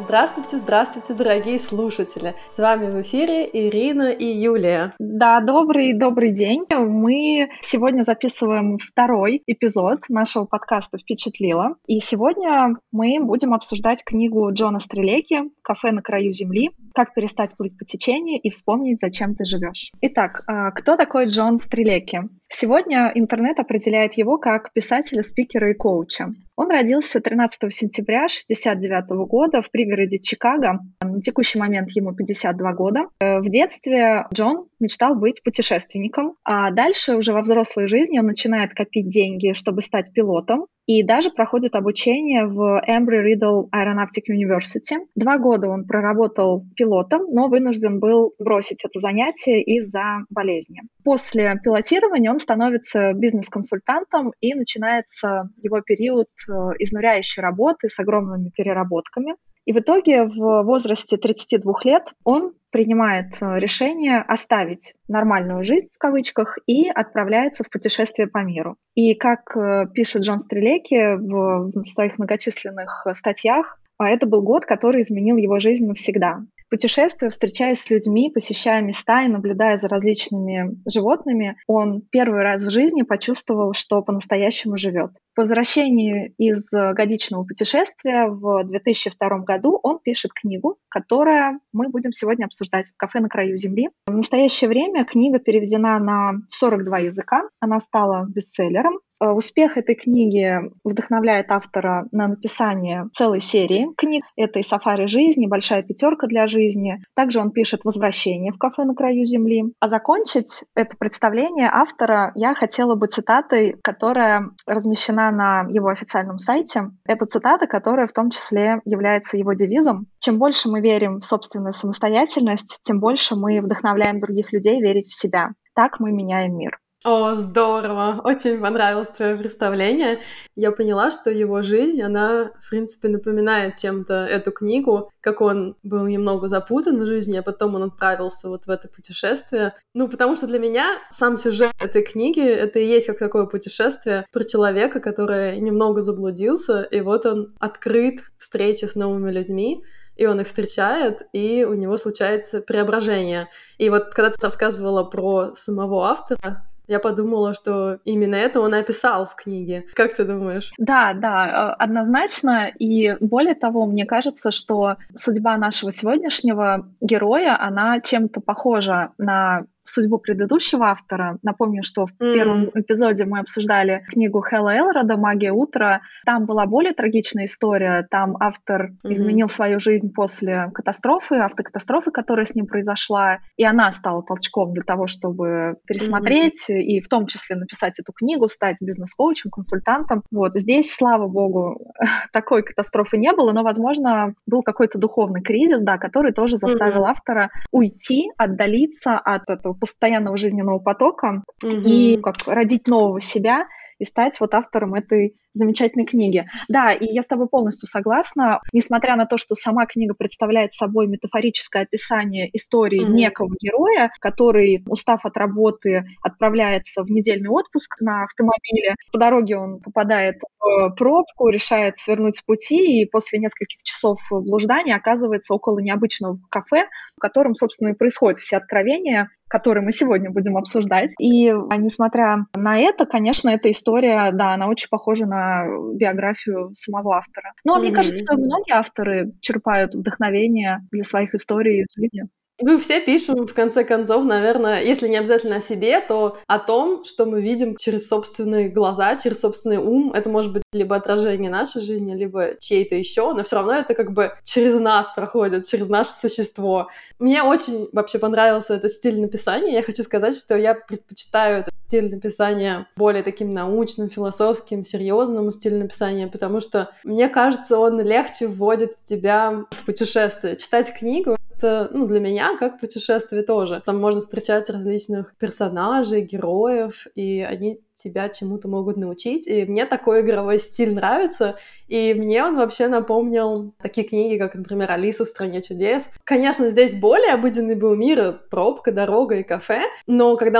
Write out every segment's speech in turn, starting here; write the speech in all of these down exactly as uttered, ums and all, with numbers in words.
Здравствуйте, здравствуйте, дорогие слушатели! С вами в эфире Ирина и Юлия. Да, добрый, добрый день. Мы сегодня записываем второй эпизод нашего подкаста «Впечатлило». И сегодня мы будем обсуждать книгу Джона Стрелеки «Кафе на краю земли. Как перестать плыть по течению и вспомнить, зачем ты живешь». Итак, кто такой Джон Стрелеки? Сегодня интернет определяет его как писателя, спикера и коуча. Он родился тринадцатого сентября шестьдесят девятого года в пригороде Чикаго. На текущий момент ему пятьдесят два года. В детстве Джон мечтал быть путешественником, а дальше уже во взрослой жизни он начинает копить деньги, чтобы стать пилотом, и даже проходит обучение в Embry-Riddle Aeronautic University. Два года он проработал пилотом, но вынужден был бросить это занятие из-за болезни. После пилотирования он становится бизнес-консультантом, и начинается его период изнуряющей работы с огромными переработками. И в итоге в возрасте тридцати двух лет он принимает решение оставить нормальную жизнь, в кавычках, и отправляется в путешествие по миру. И как пишет Джон Стрелеки в своих многочисленных статьях, это был год, который изменил его жизнь навсегда. Путешествуя, встречаясь с людьми, посещая места и наблюдая за различными животными, он первый раз в жизни почувствовал, что по-настоящему живет. По возвращении из годичного путешествия в две тысячи втором году он пишет книгу, которую мы будем сегодня обсуждать в «Кафе на краю земли». В настоящее время книга переведена на сорок два языка, она стала бестселлером. Успех этой книги вдохновляет автора на написание целой серии книг. Это и «Сафари жизни», «Большая пятерка для жизни». Также он пишет «Возвращение в кафе на краю земли». А закончить это представление автора я хотела бы цитатой, которая размещена на его официальном сайте. Это цитата, которая в том числе является его девизом. Чем больше мы верим в собственную самостоятельность, тем больше мы вдохновляем других людей верить в себя. Так мы меняем мир. О, здорово! Очень понравилось твое представление. Я поняла, что его жизнь, она, в принципе, напоминает чем-то эту книгу, как он был немного запутан в жизни, а потом он отправился вот в это путешествие. Ну, потому что для меня сам сюжет этой книги — это и есть как такое путешествие про человека, который немного заблудился, и вот он открыт к встрече с новыми людьми, и он их встречает, и у него случается преображение. И вот когда ты рассказывала про самого автора, я подумала, что именно это он описал в книге. Как ты думаешь? Да, да, однозначно. И более того, мне кажется, что судьба нашего сегодняшнего героя, она чем-то похожа на судьбу предыдущего автора. Напомню, что в mm-hmm. первом эпизоде мы обсуждали книгу Хэлла Элрода «Магия утра». Там была более трагичная история. Там автор mm-hmm. изменил свою жизнь после катастрофы, автокатастрофы, которая с ним произошла. И она стала толчком для того, чтобы пересмотреть mm-hmm. и в том числе написать эту книгу, стать бизнес-коучем, консультантом. Вот здесь, слава богу, такой катастрофы не было, но, возможно, был какой-то духовный кризис, да, который тоже заставил mm-hmm. автора уйти, отдалиться от этого постоянного жизненного потока mm-hmm. и как родить нового себя и стать вот автором этой замечательной книги. Да, и я с тобой полностью согласна. Несмотря на то, что сама книга представляет собой метафорическое описание истории mm-hmm. некого героя, который, устав от работы, отправляется в недельный отпуск на автомобиле. По дороге он попадает в пробку, решает свернуть с пути, и после нескольких часов блуждания оказывается около необычного кафе, в котором, собственно, и происходят все откровения, которые мы сегодня будем обсуждать. И несмотря на это, конечно, эта история, да, она очень похожа на биографию самого автора. Но mm-hmm. мне кажется, многие авторы черпают вдохновение для своих историй из жизни. Мы все пишем, в конце концов, наверное, если не обязательно о себе, то о том, что мы видим через собственные глаза, через собственный ум. Это может быть либо отражение нашей жизни, либо чьей-то еще, но все равно это как бы через нас проходит, через наше существо. Мне очень вообще понравился этот стиль написания. Я хочу сказать, что я предпочитаю этот стиль написания более таким научным, философским, серьезным стилем написания, потому что, мне кажется, он легче вводит тебя в путешествие. Читать книгу — это, ну, для меня как путешествие тоже. Там можно встречать различных персонажей, героев, и они тебя чему-то могут научить. И мне такой игровой стиль нравится. И мне он вообще напомнил такие книги, как, например, «Алиса в стране чудес». Конечно, здесь более обыденный был мир, пробка, дорога и кафе, но когда он содержал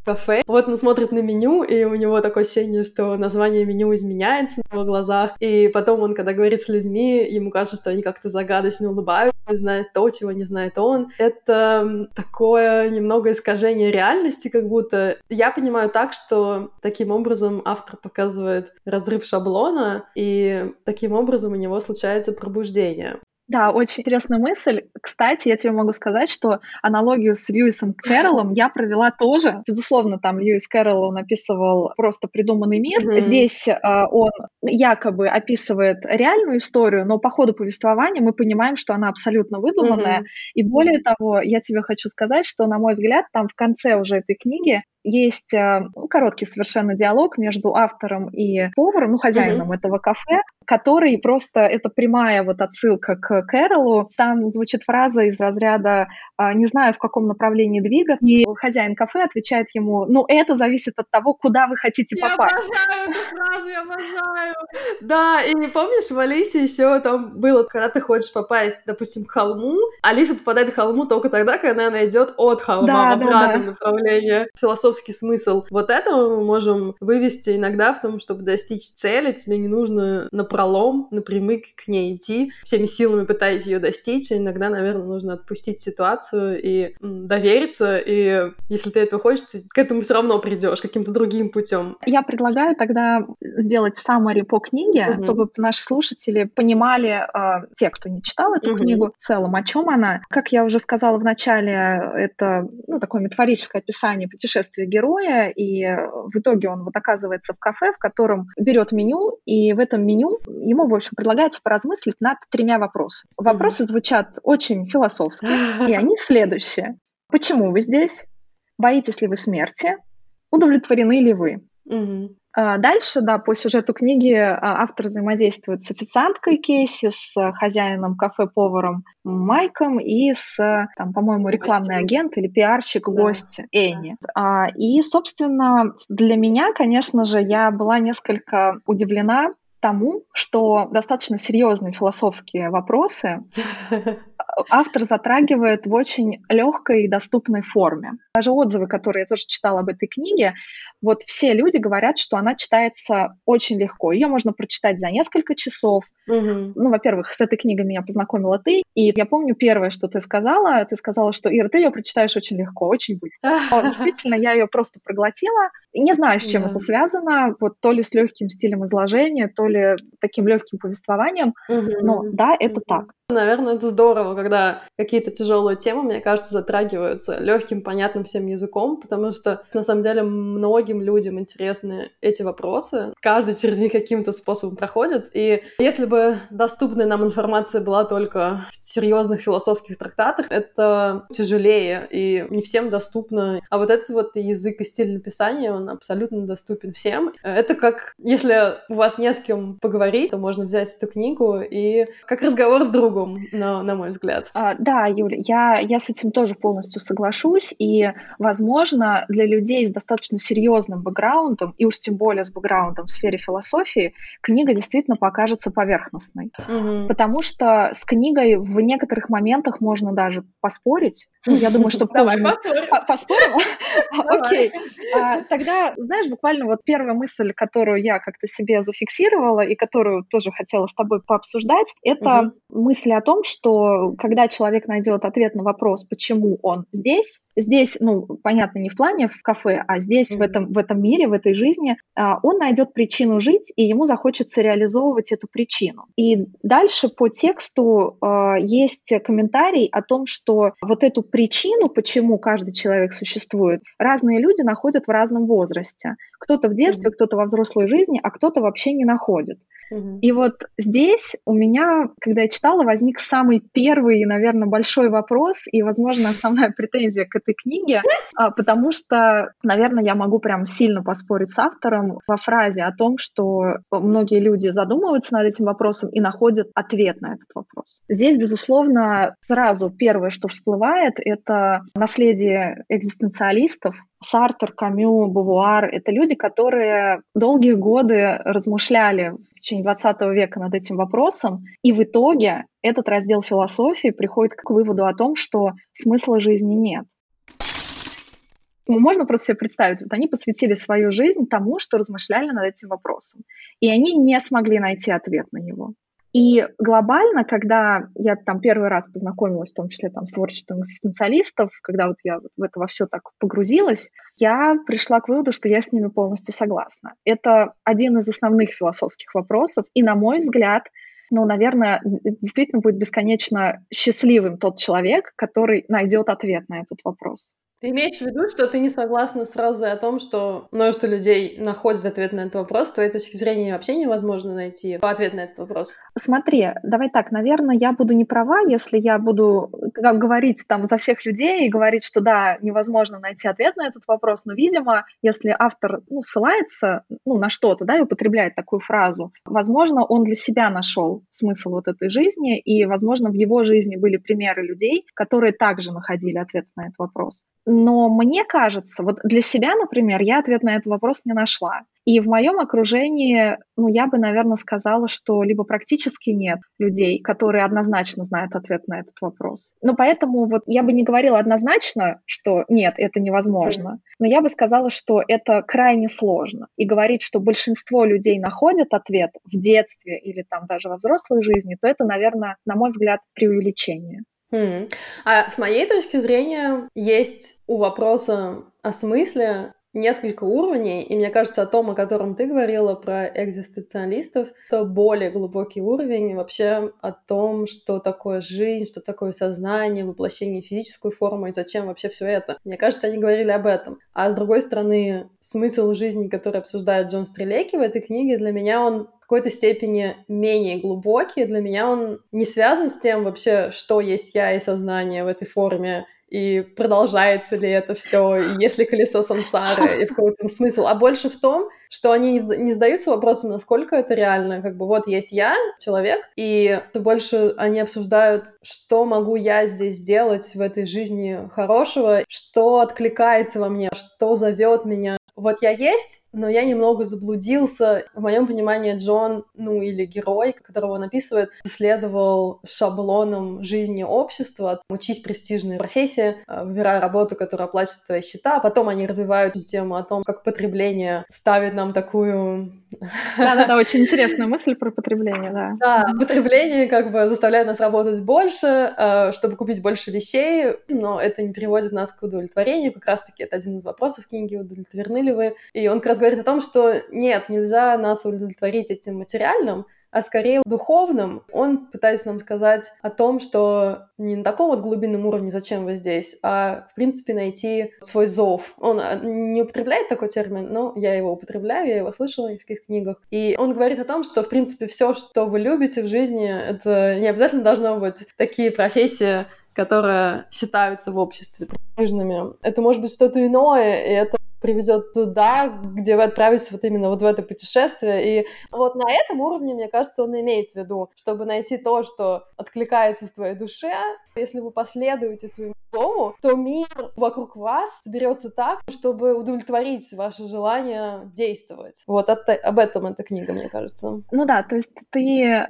кафе. Вот он смотрит на меню, и у него такое ощущение, что название меню изменяется на его глазах. И потом он, когда говорит с людьми, ему кажется, что они как-то загадочно улыбаются, знает то, чего не знает он. Это такое немного искажение реальности, как будто. Я понимаю так, что таким образом автор показывает разрыв шаблона, и таким образом у него случается пробуждение. Да, очень интересная мысль. Кстати, я тебе могу сказать, что аналогию с Льюисом Кэрроллом я провела тоже. Безусловно, там Льюис Кэрролл, он описывал просто придуманный мир. Mm-hmm. Здесь э, он якобы описывает реальную историю, но по ходу повествования мы понимаем, что она абсолютно выдуманная. Mm-hmm. И более того, я тебе хочу сказать, что, на мой взгляд, там в конце уже этой книги есть ну, короткий совершенно диалог между автором и поваром, ну, хозяином mm-hmm. этого кафе, который просто, это прямая вот отсылка к Кэрроллу. Там звучит фраза из разряда «не знаю, в каком направлении двигаться», и хозяин кафе отвечает ему: ну, это зависит от того, куда вы хотите попасть. Я обожаю эту фразу, я обожаю! Да, и помнишь, в Алисе еще там было, когда ты хочешь попасть, допустим, к холму, Алиса попадает к холму только тогда, когда она идет от холма да, в обратном да, да. направлении. Философский смысл вот этого мы можем вывести иногда в том, чтобы достичь цели, тебе не нужно напролом, напрямик к ней идти, всеми силами пытаясь ее достичь, и иногда, наверное, нужно отпустить ситуацию и м, довериться, и если ты этого хочешь, ты к этому все равно придешь каким-то другим путем. Я предлагаю тогда сделать summary по книге, uh-huh. чтобы наши слушатели понимали, э, те, кто не читал эту uh-huh. книгу, в целом, о чем она. Как я уже сказала в начале, это ну, такое метафорическое описание путешествия героя, и в итоге он вот оказывается в кафе, в котором берет меню, и в этом меню ему, в общем, предлагается поразмыслить над тремя вопросами. Вопросы mm-hmm. звучат очень философски, и они следующие. Почему вы здесь? Боитесь ли вы смерти? Удовлетворены ли вы? Mm-hmm. Дальше, да, по сюжету книги автор взаимодействует с официанткой Кейси, с хозяином кафе-поваром Майком и с, там, по-моему, рекламный агент или пиарщик, да. гость Энни. И, собственно, для меня, конечно же, я была несколько удивлена тому, что достаточно серьезные философские вопросы автор затрагивает в очень легкой и доступной форме. Даже отзывы, которые я тоже читала об этой книге, вот все люди говорят, что она читается очень легко. Ее можно прочитать за несколько часов. Угу. Ну, во-первых, с этой книгой меня познакомила ты. И я помню первое, что ты сказала. Ты сказала, что, Ира, ты ее прочитаешь очень легко, очень быстро. Но действительно, я ее просто проглотила. И не знаю, с чем да. это связано. Вот то ли с легким стилем изложения, то ли таким легким повествованием. Угу. Но да, это угу. так. Наверное, это здорово, когда какие-то тяжелые темы, мне кажется, затрагиваются легким, понятным всем языком, потому что, на самом деле, многим людям интересны эти вопросы. Каждый через них каким-то способом проходит. И если бы доступная нам информация была только в серьезных философских трактатах, это тяжелее и не всем доступно. А вот этот вот язык и стиль написания, он абсолютно доступен всем. Это как, если у вас не с кем поговорить, то можно взять эту книгу и как разговор с другом. На, на мой взгляд. А, да, Юля, я, я с этим тоже полностью соглашусь, и, возможно, для людей с достаточно серьезным бэкграундом, и уж тем более с бэкграундом в сфере философии, книга действительно покажется поверхностной. Угу. Потому что с книгой в некоторых моментах можно даже поспорить. Ну, я думаю, что позже... Давай поспорим. Поспорим? Окей. Тогда, знаешь, буквально вот первая мысль, которую я как-то себе зафиксировала и которую тоже хотела с тобой пообсуждать, это мысль о том, что когда человек найдет ответ на вопрос, почему он здесь, здесь, ну, понятно, не в плане в кафе, а здесь, mm-hmm. в, этом, в этом мире, в этой жизни, он найдет причину жить, и ему захочется реализовывать эту причину. И дальше по тексту есть комментарий о том, что вот эту причину, почему каждый человек существует, разные люди находят в разном возрасте. Кто-то в детстве, mm-hmm. кто-то во взрослой жизни, а кто-то вообще не находит. Mm-hmm. И вот здесь у меня, когда я читала, возник самый первый, наверное, большой вопрос и, возможно, основная претензия к этой книге, потому что, наверное, я могу прям сильно поспорить с автором во фразе о том, что многие люди задумываются над этим вопросом и находят ответ на этот вопрос. Здесь, безусловно, сразу первое, что всплывает, это наследие экзистенциалистов. Сартр, Камю, Бувуар — это люди, которые долгие годы размышляли в течение двадцатого века над этим вопросом, и в итоге этот раздел философии приходит к выводу о том, что смысла жизни нет. Можно просто себе представить, вот они посвятили свою жизнь тому, что размышляли над этим вопросом, и они не смогли найти ответ на него. И глобально, когда я там первый раз познакомилась, в том числе там с творчеством экзистенциалистов, когда вот я в это во все так погрузилась, я пришла к выводу, что я с ними полностью согласна. Это один из основных философских вопросов, и, на мой взгляд, ну, наверное, действительно будет бесконечно счастливым тот человек, который найдет ответ на этот вопрос. Ты имеешь в виду, что ты не согласна с фразой о том, что множество людей находят ответ на этот вопрос? С твоей точки зрения вообще невозможно найти ответ на этот вопрос? Смотри, давай так, наверное, я буду не права, если я буду как говорить там за всех людей и говорить, что да, невозможно найти ответ на этот вопрос, но, видимо, если автор ну, ссылается ну, на что-то, да, и употребляет такую фразу, возможно, он для себя нашел смысл вот этой жизни, и, возможно, в его жизни были примеры людей, которые также находили ответ на этот вопрос. Но мне кажется, вот для себя, например, я ответ на этот вопрос не нашла. И в моем окружении, ну, я бы, наверное, сказала, что либо практически нет людей, которые однозначно знают ответ на этот вопрос. Но поэтому вот я бы не говорила однозначно, что нет, это невозможно, но я бы сказала, что это крайне сложно. И говорить, что большинство людей находят ответ в детстве или там даже во взрослой жизни, то это, наверное, на мой взгляд, преувеличение. Mm. А с моей точки зрения есть у вопроса о смысле несколько уровней, и мне кажется, о том, о котором ты говорила, про экзистенциалистов, это более глубокий уровень, и вообще о том, что такое жизнь, что такое сознание, воплощение в физическую форму, и зачем вообще все это. Мне кажется, они говорили об этом. А с другой стороны, смысл жизни, который обсуждает Джон Стрелеки в этой книге, для меня он в какой-то степени менее глубокий. Для меня он не связан с тем вообще, что есть я и сознание в этой форме, и продолжается ли это все, и есть ли колесо сансары, и в какой-то смысл, а больше в том, что они не задаются вопросом, насколько это реально. Как бы вот есть я, человек, и больше они обсуждают, что могу я здесь сделать в этой жизни хорошего, что откликается во мне, что зовет меня. Вот я есть, но я немного заблудился. В моем понимании Джон, ну или герой, которого он описывает, следовал шаблонам жизни общества. Учись престижной профессии, выбирай работу, которая оплачивает твои счета, а потом они развивают тему о том, как потребление ставит нам такую... Да-да-да, очень интересная мысль про потребление, да. Да, потребление как бы заставляет нас работать больше, чтобы купить больше вещей, но это не приводит нас к удовлетворению. Как раз-таки это один из вопросов книги, удовлетворены ли вы. И он как раз говорит о том, что нет, нельзя нас удовлетворить этим материальным, а скорее духовным. Он пытается нам сказать о том, что не на таком вот глубинном уровне, зачем вы здесь, а, в принципе, найти свой зов. Он не употребляет такой термин, но я его употребляю, я его слышала в нескольких книгах. И он говорит о том, что, в принципе, все, что вы любите в жизни, это не обязательно должно быть такие профессии, которые считаются в обществе престижными. Это может быть что-то иное, и это приведет туда, где вы отправитесь вот именно вот в это путешествие. И вот на этом уровне, мне кажется, он имеет в виду, чтобы найти то, что откликается в твоей душе. Если вы последуете своему зову, то мир вокруг вас соберется так, чтобы удовлетворить ваше желание действовать. Вот это, об этом эта книга, мне кажется. Ну да, то есть ты,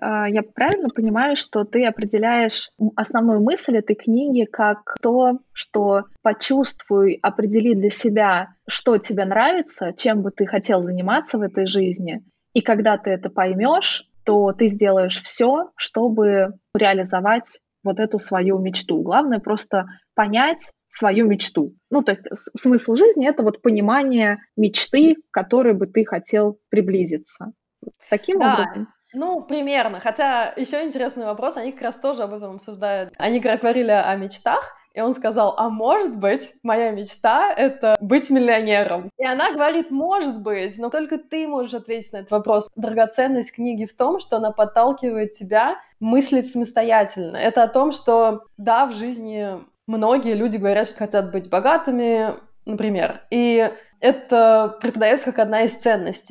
я правильно понимаю, что ты определяешь основную мысль этой книги как то, что почувствуй, определи для себя, что тебе нравится, чем бы ты хотел заниматься в этой жизни. И когда ты это поймешь, то ты сделаешь все, чтобы реализовать вот эту свою мечту. Главное просто понять свою мечту. Ну, то есть смысл жизни — это вот понимание мечты, к которой бы ты хотел приблизиться. Таким да. образом. Ну, примерно. Хотя еще интересный вопрос, они как раз тоже об этом обсуждают. Они говорили о мечтах, и он сказал, а может быть, моя мечта — это быть миллионером. И она говорит, может быть, но только ты можешь ответить на этот вопрос. Драгоценность книги в том, что она подталкивает тебя мыслить самостоятельно. Это о том, что, да, в жизни многие люди говорят, что хотят быть богатыми, например, и это преподается как одна из ценностей.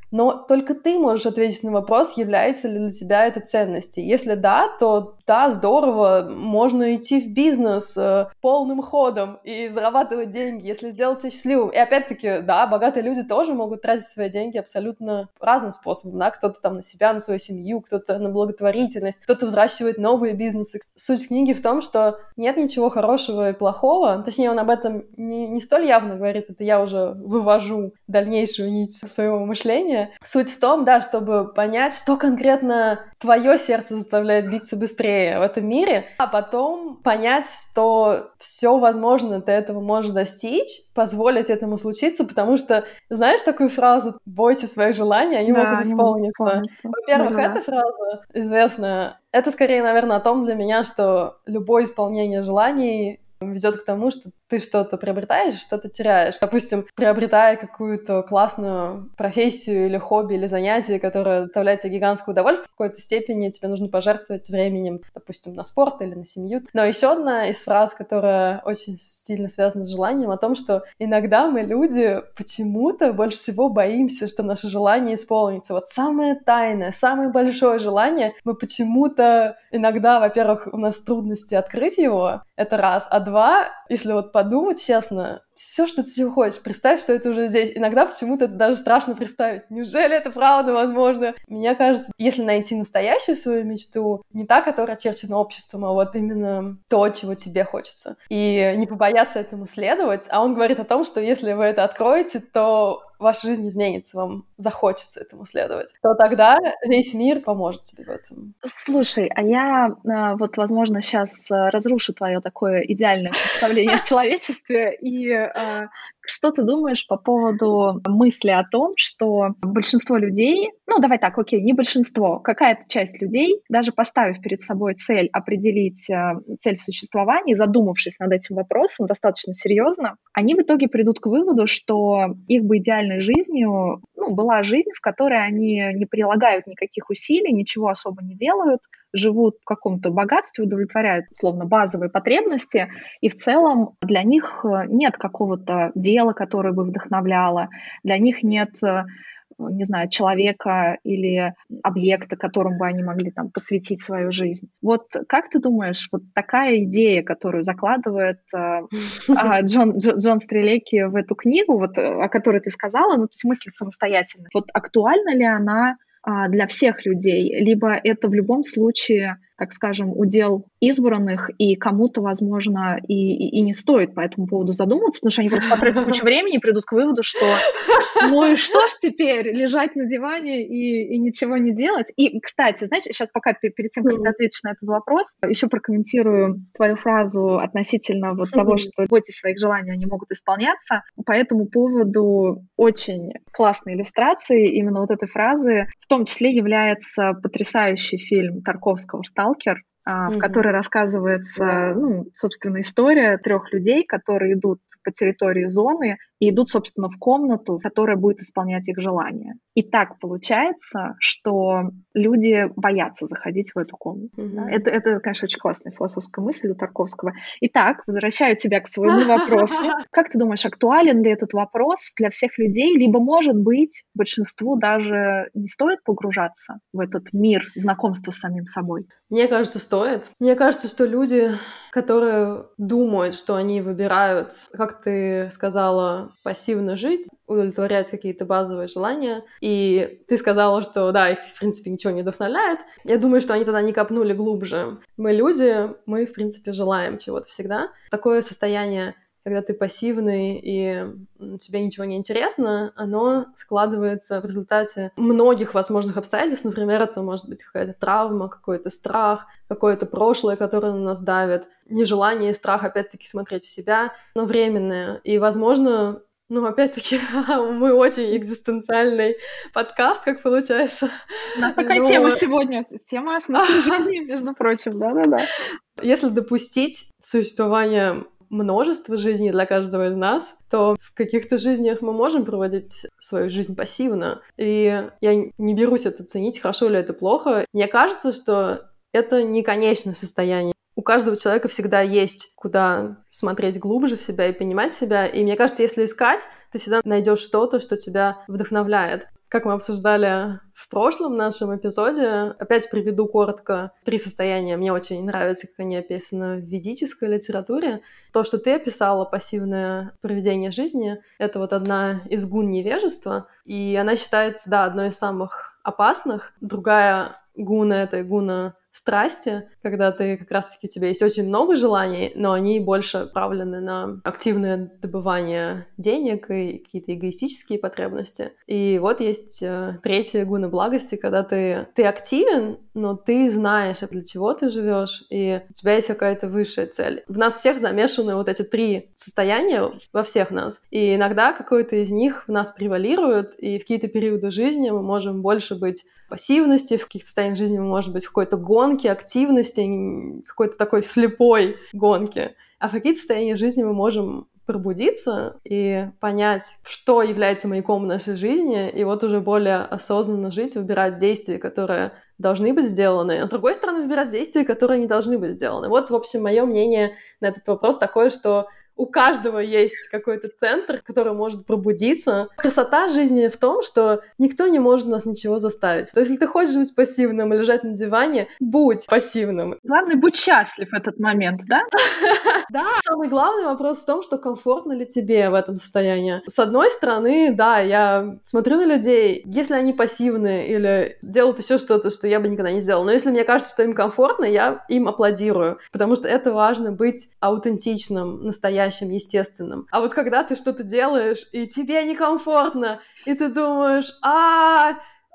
Но только ты можешь ответить на вопрос, является ли для тебя это ценностью. Если да, то да, здорово, можно идти в бизнес э, полным ходом и зарабатывать деньги, если сделать тебя счастливым. И опять-таки, да, богатые люди тоже могут тратить свои деньги абсолютно разным способом. Да? Кто-то там на себя, на свою семью, кто-то на благотворительность, кто-то взращивает новые бизнесы. Суть книги в том, что нет ничего хорошего и плохого. Точнее, он об этом не, не столь явно говорит, это я уже вывожу дальнейшую нить своего мышления. Суть в том, да, чтобы понять, что конкретно твое сердце заставляет биться быстрее в этом мире, а потом понять, что все возможно, ты этого можешь достичь, позволить этому случиться, потому что, знаешь такую фразу «бойся своих желаний, они Да, могут они могут исполниться». исполниться. Во-первых, Да-да-да. эта фраза известная. Это скорее, наверное, о том для меня, что любое исполнение желаний ведет к тому, что ты что-то приобретаешь, что-то теряешь. Допустим, приобретая какую-то классную профессию или хобби, или занятие, которое доставляет тебе гигантское удовольствие, в какой-то степени тебе нужно пожертвовать временем, допустим, на спорт или на семью. Но еще одна из фраз, которая очень сильно связана с желанием, о том, что иногда мы, люди, почему-то больше всего боимся, что наше желание исполнится. Вот самое тайное, самое большое желание, мы почему-то иногда, во-первых, у нас трудности открыть его, это раз, а два, если вот подумать честно, все, что ты себе хочешь, представь, что это уже здесь. Иногда почему-то это даже страшно представить. Неужели это правда возможно? Мне кажется, если найти настоящую свою мечту, не та, которая очерчена обществом, а вот именно то, чего тебе хочется, и не побояться этому следовать. А он говорит о том, что если вы это откроете, то ваша жизнь изменится, вам захочется этому следовать, то тогда весь мир поможет тебе в этом. Слушай, а я а, вот, возможно, сейчас разрушу твое такое идеальное представление о человечестве. И а, что ты думаешь по поводу мысли о том, что большинство людей, ну давай так, окей, не большинство, какая-то часть людей, даже поставив перед собой цель определить а, цель существования, задумавшись над этим вопросом достаточно серьезно, они в итоге придут к выводу, что их бы идеальной жизнью ну, была жизнь, в которой они не прилагают никаких усилий, ничего особо не делают, живут в каком-то богатстве, удовлетворяют, условно, базовые потребности, и в целом для них нет какого-то дела, которое бы вдохновляло, для них нет, не знаю, человека или объекта, которому бы они могли там посвятить свою жизнь. Вот как ты думаешь, вот такая идея, которую закладывает э, Джон, Джон Стрелеки в эту книгу, вот, о которой ты сказала, ну, то есть мысль самостоятельно, вот актуальна ли она а, для всех людей, либо это в любом случае, так скажем, удел избранных, и кому-то, возможно, и, и, и не стоит по этому поводу задумываться, потому что они просто потратят кучу времени и придут к выводу, что ну и что ж теперь, лежать на диване и, и ничего не делать. И, кстати, знаешь, сейчас пока перед тем, как ты ответишь на этот вопрос, еще прокомментирую твою фразу относительно вот того, что бойтесь своих желаний, они могут исполняться. По этому поводу очень классной иллюстрацией именно вот этой фразы в том числе является потрясающий фильм Тарковского «Сталкер», в mm-hmm. которой рассказывается, yeah. ну, собственно, история трех людей, которые идут по территории зоны и идут, собственно, в комнату, которая будет исполнять их желания. И так получается, что люди боятся заходить в эту комнату. Mm-hmm. Да? Это, это, конечно, очень классная философская мысль у Тарковского. Итак, возвращаю тебя к своему вопросу. Как ты думаешь, актуален ли этот вопрос для всех людей? Либо, может быть, большинству даже не стоит погружаться в этот мир знакомства с самим собой? Мне кажется, стоит. Мне кажется, что люди, которые думают, что они выбирают, как ты сказала, пассивно жить, удовлетворять какие-то базовые желания, и ты сказала, что, да, их, в принципе, ничего не вдохновляет, я думаю, что они тогда не копнули глубже. Мы люди, мы, в принципе, желаем чего-то всегда. Такое состояние, когда ты пассивный и тебе ничего не интересно, оно складывается в результате многих возможных обстоятельств. Например, это может быть какая-то травма, какой-то страх, какое-то прошлое, которое на нас давит, нежелание и страх, опять-таки, смотреть в себя, но временное. И, возможно, ну, опять-таки, мы очень экзистенциальный подкаст, как получается. У нас такая но... тема сегодня. Тема о смысле жизни, между прочим. Да-да-да. Если допустить существование множество жизней для каждого из нас, то в каких-то жизнях мы можем проводить свою жизнь пассивно. И я не берусь это ценить, хорошо ли это плохо. Мне кажется, что это не конечное состояние. У каждого человека всегда есть куда смотреть глубже в себя и понимать себя. И мне кажется, если искать, ты всегда найдешь что-то, что тебя вдохновляет. Как мы обсуждали в прошлом нашем эпизоде, опять приведу коротко три состояния. Мне очень нравится, как они описаны в ведической литературе. То, что ты описала, пассивное проведение жизни, это вот одна из гун невежества, и она считается, да, одной из самых опасных. Другая гуна — это гуна страсти, когда ты как раз-таки у тебя есть очень много желаний, но они больше направлены на активное добывание денег и какие-то эгоистические потребности. И вот есть э, третья гуна благости, когда ты, ты активен, но ты знаешь, для чего ты живешь, и у тебя есть какая-то высшая цель. В нас всех замешаны вот эти три состояния, во всех нас. И иногда какой-то из них в нас превалирует, и в какие-то периоды жизни мы можем больше быть пассивности, в каких-то состояниях жизни мы можем быть в какой-то гонке, активности, какой-то такой слепой гонке. А в каких-то состояниях жизни мы можем пробудиться и понять, что является маяком в нашей жизни, и вот уже более осознанно жить, выбирать действия, которые должны быть сделаны, а с другой стороны выбирать действия, которые не должны быть сделаны. Вот, в общем, мое мнение на этот вопрос такое, что у каждого есть какой-то центр, который может пробудиться. Красота жизни в том, что никто не может нас ничего заставить. То есть, если ты хочешь быть пассивным и лежать на диване, будь пассивным. Главное, будь счастлив в этот момент, да? Да. Самый главный вопрос в том, что комфортно ли тебе в этом состоянии. С одной стороны, да, я смотрю на людей, если они пассивны или делают еще что-то, что я бы никогда не сделала. Но если мне кажется, что им комфортно, я им аплодирую, потому что это важно быть аутентичным, настоящим, естественным. А вот когда ты что-то делаешь, и тебе некомфортно, и ты думаешь, а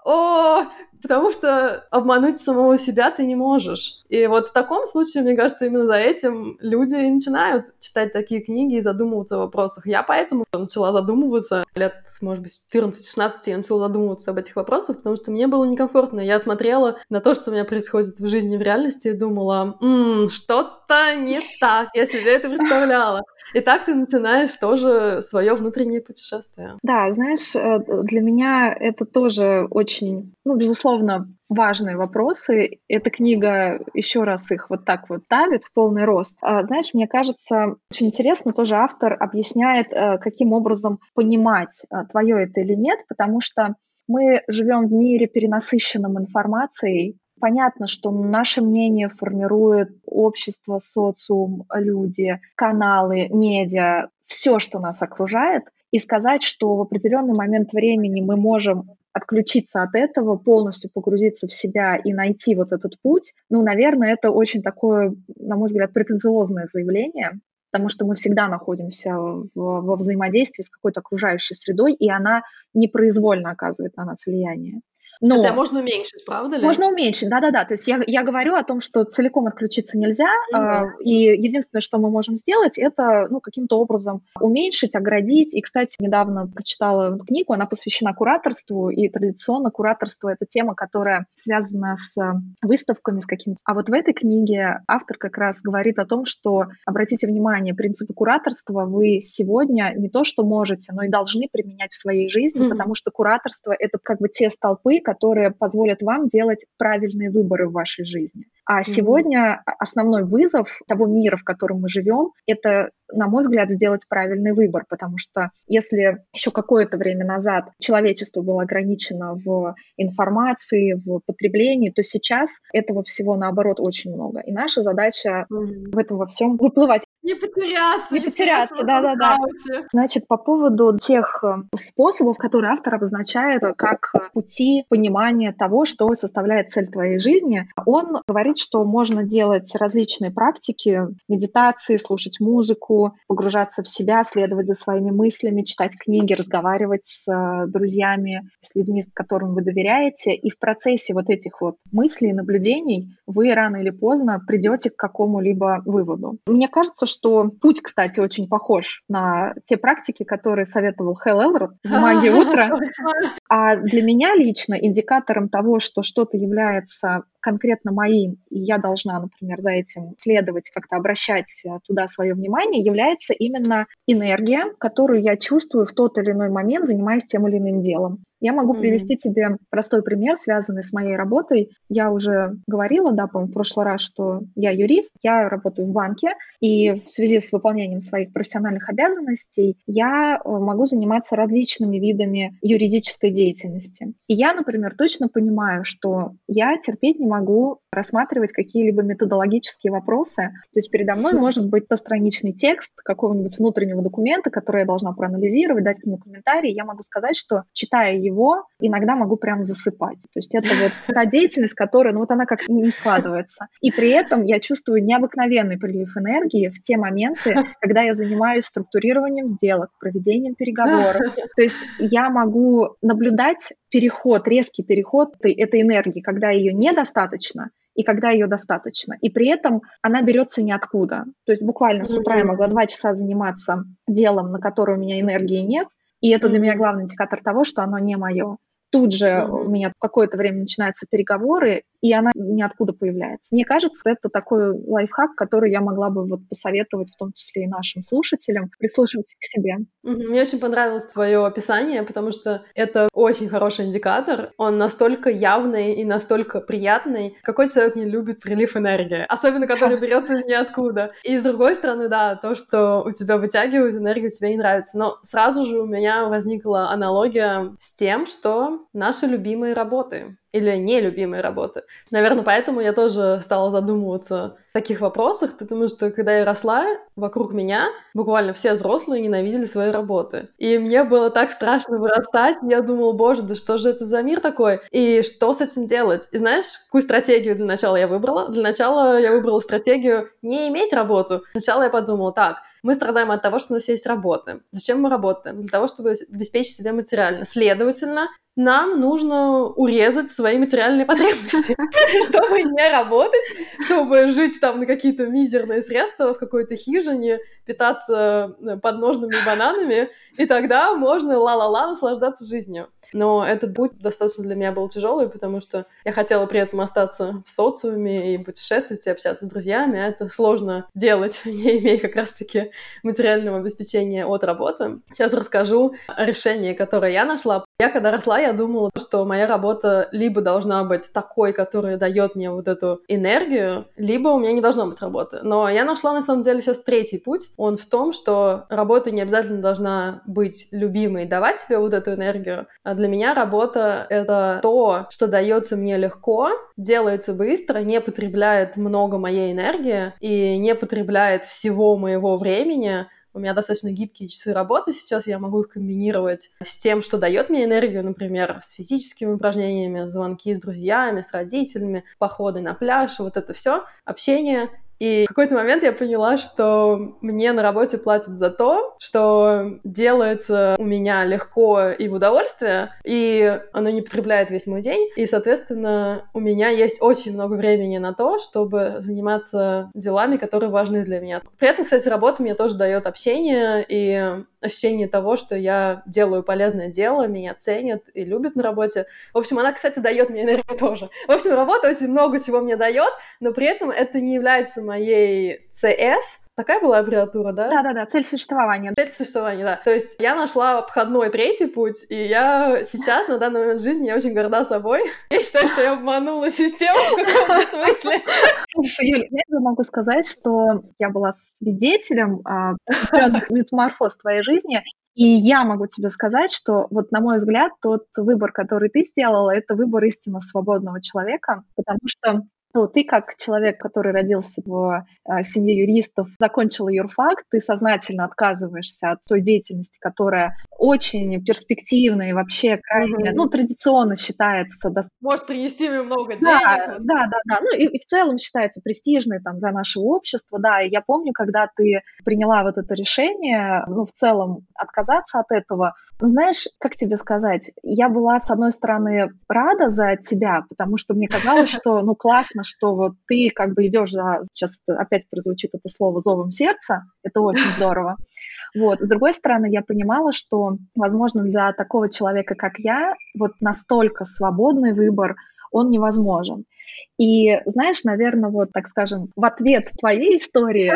о, потому что обмануть самого себя ты не можешь. И вот в таком случае, мне кажется, именно за этим люди и начинают читать такие книги и задумываться о вопросах. Я поэтому начала задумываться лет, может быть, четырнадцать-шестнадцать я начала задумываться об этих вопросах, потому что мне было некомфортно. Я смотрела на то, что у меня происходит в жизни, в реальности, и думала, м-м, что-то не так, я себе это представляла. И так ты начинаешь тоже свое внутреннее путешествие. Да, знаешь, для меня это тоже очень, ну, безусловно, важные вопросы. Эта книга еще раз их вот так вот ставит в полный рост. Знаешь, мне кажется, очень интересно, тоже автор объясняет, каким образом понимать, твое это или нет, потому что мы живем в мире, перенасыщенном информацией. Понятно, что наше мнение формирует общество, социум, люди, каналы, медиа, все, что нас окружает, и сказать, что в определенный момент времени мы можем отключиться от этого, полностью погрузиться в себя и найти вот этот путь, ну, наверное, это очень такое, на мой взгляд, претенциозное заявление, потому что мы всегда находимся в, во взаимодействии с какой-то окружающей средой, и она непроизвольно оказывает на нас влияние. Но Хотя можно уменьшить, правда ли? Можно уменьшить, да-да-да. То есть я, я говорю о том, что целиком отключиться нельзя, mm-hmm. э, и единственное, что мы можем сделать, это ну, каким-то образом уменьшить, оградить. И, кстати, недавно прочитала книгу, она посвящена кураторству, и традиционно кураторство — это тема, которая связана с выставками, с какими-то. А вот в этой книге автор как раз говорит о том, что, обратите внимание, принципы кураторства вы сегодня не то что можете, но и должны применять в своей жизни, mm-hmm. потому что кураторство — это как бы те столпы, которые позволят вам делать правильные выборы в вашей жизни. А mm-hmm. сегодня основной вызов того мира, в котором мы живем, это, на мой взгляд, сделать правильный выбор, потому что если еще какое-то время назад человечество было ограничено в информации, в потреблении, то сейчас этого всего, наоборот, очень много. И наша задача mm-hmm. в этом во всем выплывать. Не потеряться. Не потеряться, да-да-да. Значит, по поводу тех способов, которые автор обозначает как пути понимания того, что составляет цель твоей жизни, он говорит, что можно делать различные практики, медитации, слушать музыку, погружаться в себя, следовать за своими мыслями, читать книги, разговаривать с друзьями, с людьми, которым вы доверяете. И в процессе вот этих вот мыслей и наблюдений вы рано или поздно придете к какому-либо выводу. Мне кажется, что путь, кстати, очень похож на те практики, которые советовал Хэл Элрод в «Магии утра». А для меня лично индикатором того, что что-то является конкретно моим, и я должна, например, за этим следовать, как-то обращать туда свое внимание, является именно энергия, которую я чувствую в тот или иной момент, занимаясь тем или иным делом. Я могу Мгм. привести тебе простой пример, связанный с моей работой. Я уже говорила, да, по-моему, в прошлый раз, что я юрист, я работаю в банке, и в связи с выполнением своих профессиональных обязанностей я э, могу заниматься различными видами юридической деятельности. И я, например, точно понимаю, что я терпеть не могу рассматривать какие-либо методологические вопросы. То есть передо мной может быть стостраничный текст какого-нибудь внутреннего документа, который я должна проанализировать, дать к нему комментарий. Я могу сказать, что, читая его, иногда могу прям засыпать. То есть это вот та деятельность, которая, ну вот она как не складывается. И при этом я чувствую необыкновенный прилив энергии в те моменты, когда я занимаюсь структурированием сделок, проведением переговоров. То есть я могу наблюдать переход, резкий переход этой, этой энергии, когда ее недостаточно, и когда ее достаточно. И при этом она берется ниоткуда. То есть буквально с утра я могла два часа заниматься делом, на которое у меня энергии нет, и это для меня Мгм. главный индикатор того, что оно не мое. Тут же у Мгм. меня какое-то время начинаются переговоры, и она ниоткуда появляется. Мне кажется, это такой лайфхак, который я могла бы вот посоветовать, в том числе и нашим слушателям, прислушиваться к себе. Мгм. Мне очень понравилось твое описание, потому что это очень хороший индикатор. Он настолько явный и настолько приятный. Какой человек не любит прилив энергии? Особенно, который берется из ниоткуда. И с другой стороны, да, то, что у тебя вытягивает энергию, тебе не нравится. Но сразу же у меня возникла аналогия с тем, что наши любимые работы или нелюбимые работы. Наверное, поэтому я тоже стала задумываться о таких вопросах, потому что, когда я росла, вокруг меня буквально все взрослые ненавидели свои работы. И мне было так страшно вырастать. Я думала, боже, да что же это за мир такой? И что с этим делать? И знаешь, какую стратегию для начала я выбрала? Для начала я выбрала стратегию не иметь работу. Сначала я подумала, так, мы страдаем от того, что у нас есть работа. Зачем мы работаем? Для того, чтобы обеспечить себя материально. Следовательно, нам нужно урезать свои материальные потребности, чтобы не работать, чтобы жить там на какие-то мизерные средства в какой-то хижине, питаться подножными бананами, и тогда можно ла-ла-ла наслаждаться жизнью. Но этот путь достаточно для меня был тяжелый, потому что я хотела при этом остаться в социуме и путешествовать, и общаться с друзьями, а это сложно делать, не имея как раз-таки материального обеспечения от работы. Сейчас расскажу о решении, которое я нашла. Я, когда росла, я думала, что моя работа либо должна быть такой, которая дает мне вот эту энергию, либо у меня не должно быть работы. Но я нашла, на самом деле, сейчас третий путь. Он в том, что работа не обязательно должна быть любимой, давать тебе вот эту энергию. А для меня работа — это то, что дается мне легко, делается быстро, не потребляет много моей энергии и не потребляет всего моего времени. У меня достаточно гибкие часы работы сейчас, я могу их комбинировать с тем, что дает мне энергию, например, с физическими упражнениями, звонки с друзьями, с родителями, походы на пляж, вот это все, общение. И в какой-то момент я поняла, что мне на работе платят за то, что делается у меня легко и в удовольствие, и оно не потребляет весь мой день. И, соответственно, у меня есть очень много времени на то, чтобы заниматься делами, которые важны для меня. При этом, кстати, работа мне тоже дает общение и ощущение того, что я делаю полезное дело, меня ценят и любят на работе. В общем, она, кстати, дает мне энергию тоже. В общем, работа очень много чего мне дает, но при этом это не является моей ЦС. Такая была аббревиатура, да? Да-да-да, цель существования. Цель существования, да. То есть я нашла обходной третий путь, и я сейчас, на данный момент жизни, я очень горда собой. Я считаю, что я обманула систему в каком-то смысле. Слушай, Юля, я могу сказать, что я была свидетелем а, определенных метаморфоз в твоей жизни, и я могу тебе сказать, что вот, на мой взгляд, тот выбор, который ты сделала, это выбор истинно свободного человека, потому что ну, ты как человек, который родился в э, семье юристов, закончила юрфак, ты сознательно отказываешься от той деятельности, которая очень перспективная и вообще крайне, Мгм. ну, традиционно считается достаточно. Может принести мне много Да, денег. да, да, да. Ну и, и в целом считается престижной там для нашего общества, да. И я помню, когда ты приняла вот это решение, ну, в целом отказаться от этого. Ну, знаешь, как тебе сказать, я была, с одной стороны, рада за тебя, потому что мне казалось, что, ну, классно, что вот ты как бы идешь за, сейчас опять прозвучит это слово, зовом сердца, это очень здорово. Вот. С другой стороны, я понимала, что, возможно, для такого человека, как я, вот настолько свободный выбор, он невозможен. И знаешь, наверное, вот, так скажем, в ответ твоей истории,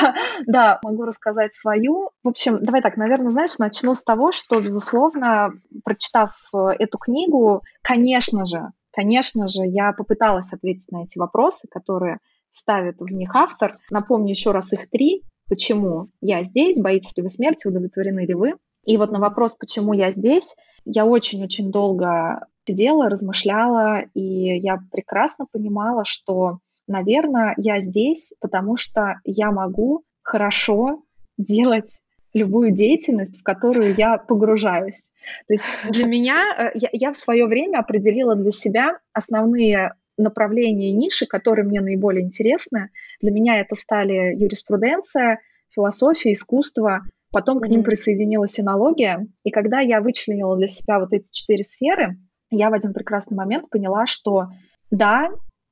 да, могу рассказать свою. В общем, давай так, наверное, знаешь, начну с того, что, безусловно, прочитав э, эту книгу, конечно же, конечно же, я попыталась ответить на эти вопросы, которые ставит в них автор. Напомню еще раз их три. Почему я здесь? Боитесь ли вы смерти? Удовлетворены ли вы? И вот на вопрос, почему я здесь, я очень-очень долго сидела, размышляла, и я прекрасно понимала, что, наверное, я здесь, потому что я могу хорошо делать любую деятельность, в которую я погружаюсь. То есть для меня, я, я в свое время определила для себя основные направления и ниши, которые мне наиболее интересны. Для меня это стали юриспруденция, философия, искусство. Потом к ним присоединилась энология. И когда я вычленила для себя вот эти четыре сферы, я в один прекрасный момент поняла, что да,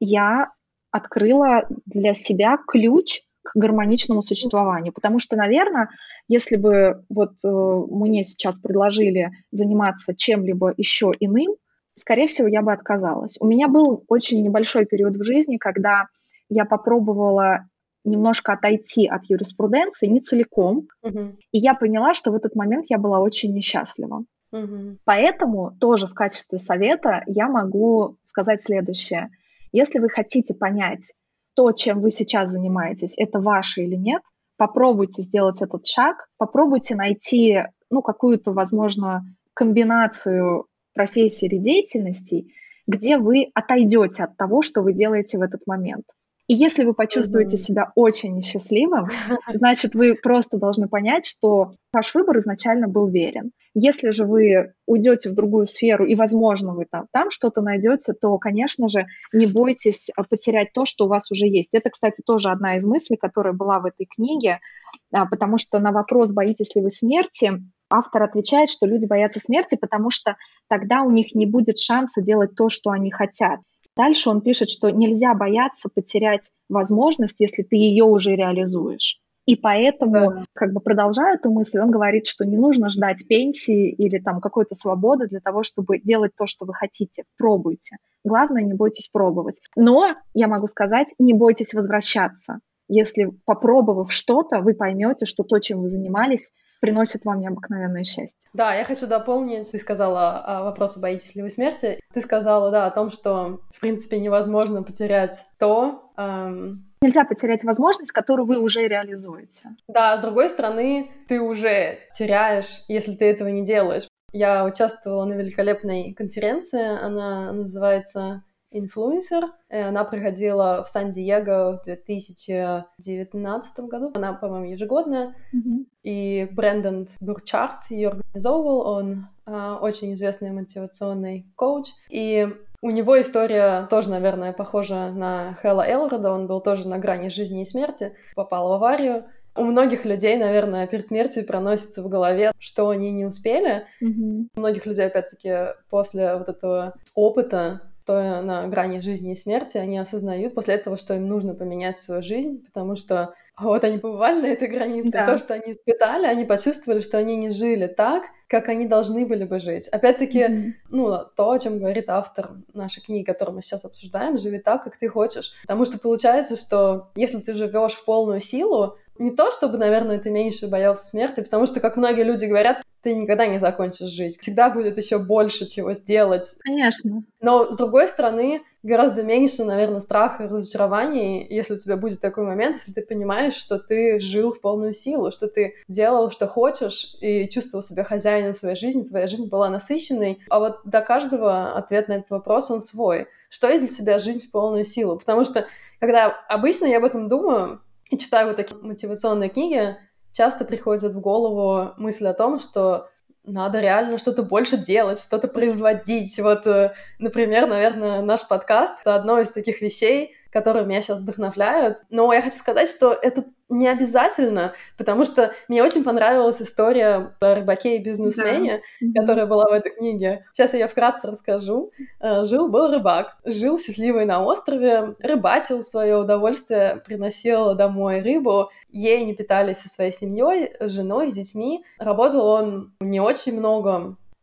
я открыла для себя ключ к гармоничному существованию. Потому что, наверное, если бы вот э, мне сейчас предложили заниматься чем-либо еще иным, скорее всего, я бы отказалась. У меня был очень небольшой период в жизни, когда я попробовала немножко отойти от юриспруденции, не целиком, uh-huh. и я поняла, что в этот момент я была очень несчастлива. Uh-huh. Поэтому тоже в качестве совета я могу сказать следующее. Если вы хотите понять, то, чем вы сейчас занимаетесь, это ваше или нет, попробуйте сделать этот шаг, попробуйте найти, ну, какую-то, возможно, комбинацию профессий или деятельностей, где вы отойдете от того, что вы делаете в этот момент. И если вы почувствуете mm-hmm. себя очень несчастливым, значит, вы просто должны понять, что ваш выбор изначально был верен. Если же вы уйдете в другую сферу, и, возможно, вы там, там что-то найдете, то, конечно же, не бойтесь потерять то, что у вас уже есть. Это, кстати, тоже одна из мыслей, которая была в этой книге, потому что на вопрос, боитесь ли вы смерти, автор отвечает, что люди боятся смерти, потому что тогда у них не будет шанса делать то, что они хотят. Дальше он пишет, что нельзя бояться потерять возможность, если ты ее уже реализуешь. И поэтому, да. как бы продолжая эту мысль, он говорит, что не нужно ждать пенсии или там какой-то свободы для того, чтобы делать то, что вы хотите. Пробуйте. Главное, не бойтесь пробовать. Но, я могу сказать, не бойтесь возвращаться. Если, попробовав что-то, вы поймете, что то, чем вы занимались, приносит вам необыкновенное счастье. Да, я хочу дополнить. Ты сказала о вопросе, боитесь ли вы смерти. Ты сказала, да, о том, что, в принципе, невозможно потерять то... Эм... Нельзя потерять возможность, которую вы уже реализуете. Да, с другой стороны, ты уже теряешь, если ты этого не делаешь. Я участвовала на великолепной конференции, она называется «Инфлюенсер». Она проходила в Сан-Диего в две тысячи девятнадцатом году. Она, по-моему, ежегодная. Mm-hmm. И Брэндон Бурчард ее организовывал. Он а, очень известный мотивационный коуч. И у него история тоже, наверное, похожа на Хэлла Элрода. Он был тоже на грани жизни и смерти, попал в аварию. У многих людей, наверное, перед смертью проносится в голове, что они не успели. Mm-hmm. У многих людей, опять-таки, после вот этого опыта, стоя на грани жизни и смерти, они осознают после этого, что им нужно поменять свою жизнь, потому что вот они побывали на этой границе, да. И то, что они испытали, они почувствовали, что они не жили так, как они должны были бы жить. Опять-таки, mm-hmm. ну, то, о чем говорит автор нашей книги, которую мы сейчас обсуждаем, «Живи так, как ты хочешь». Потому что получается, что если ты живешь в полную силу, не то, чтобы, наверное, ты меньше боялся смерти, потому что, как многие люди говорят, ты никогда не закончишь жизнь. Всегда будет еще больше чего сделать. Конечно. Но, с другой стороны, гораздо меньше, наверное, страха и разочарований, если у тебя будет такой момент, если ты понимаешь, что ты жил в полную силу, что ты делал, что хочешь, и чувствовал себя хозяином своей жизни, твоя жизнь была насыщенной. А вот до каждого ответ на этот вопрос, он свой. Что есть для тебя жизнь в полную силу? Потому что, когда обычно я об этом думаю и читаю вот такие мотивационные книги, часто приходит в голову мысль о том, что надо реально что-то больше делать, что-то производить. Вот, например, наверное, наш подкаст — это одно из таких вещей, которые меня сейчас вдохновляют. Но я хочу сказать, что это не обязательно, потому что мне очень понравилась история о рыбаке и бизнесмене, да. которая была в этой книге. Сейчас я вкратце расскажу. Жил-был рыбак, жил счастливый на острове, рыбачил в свое удовольствие, приносил домой рыбу. Ей не питались со своей семьей, с женой, с детьми. Работал он не очень много,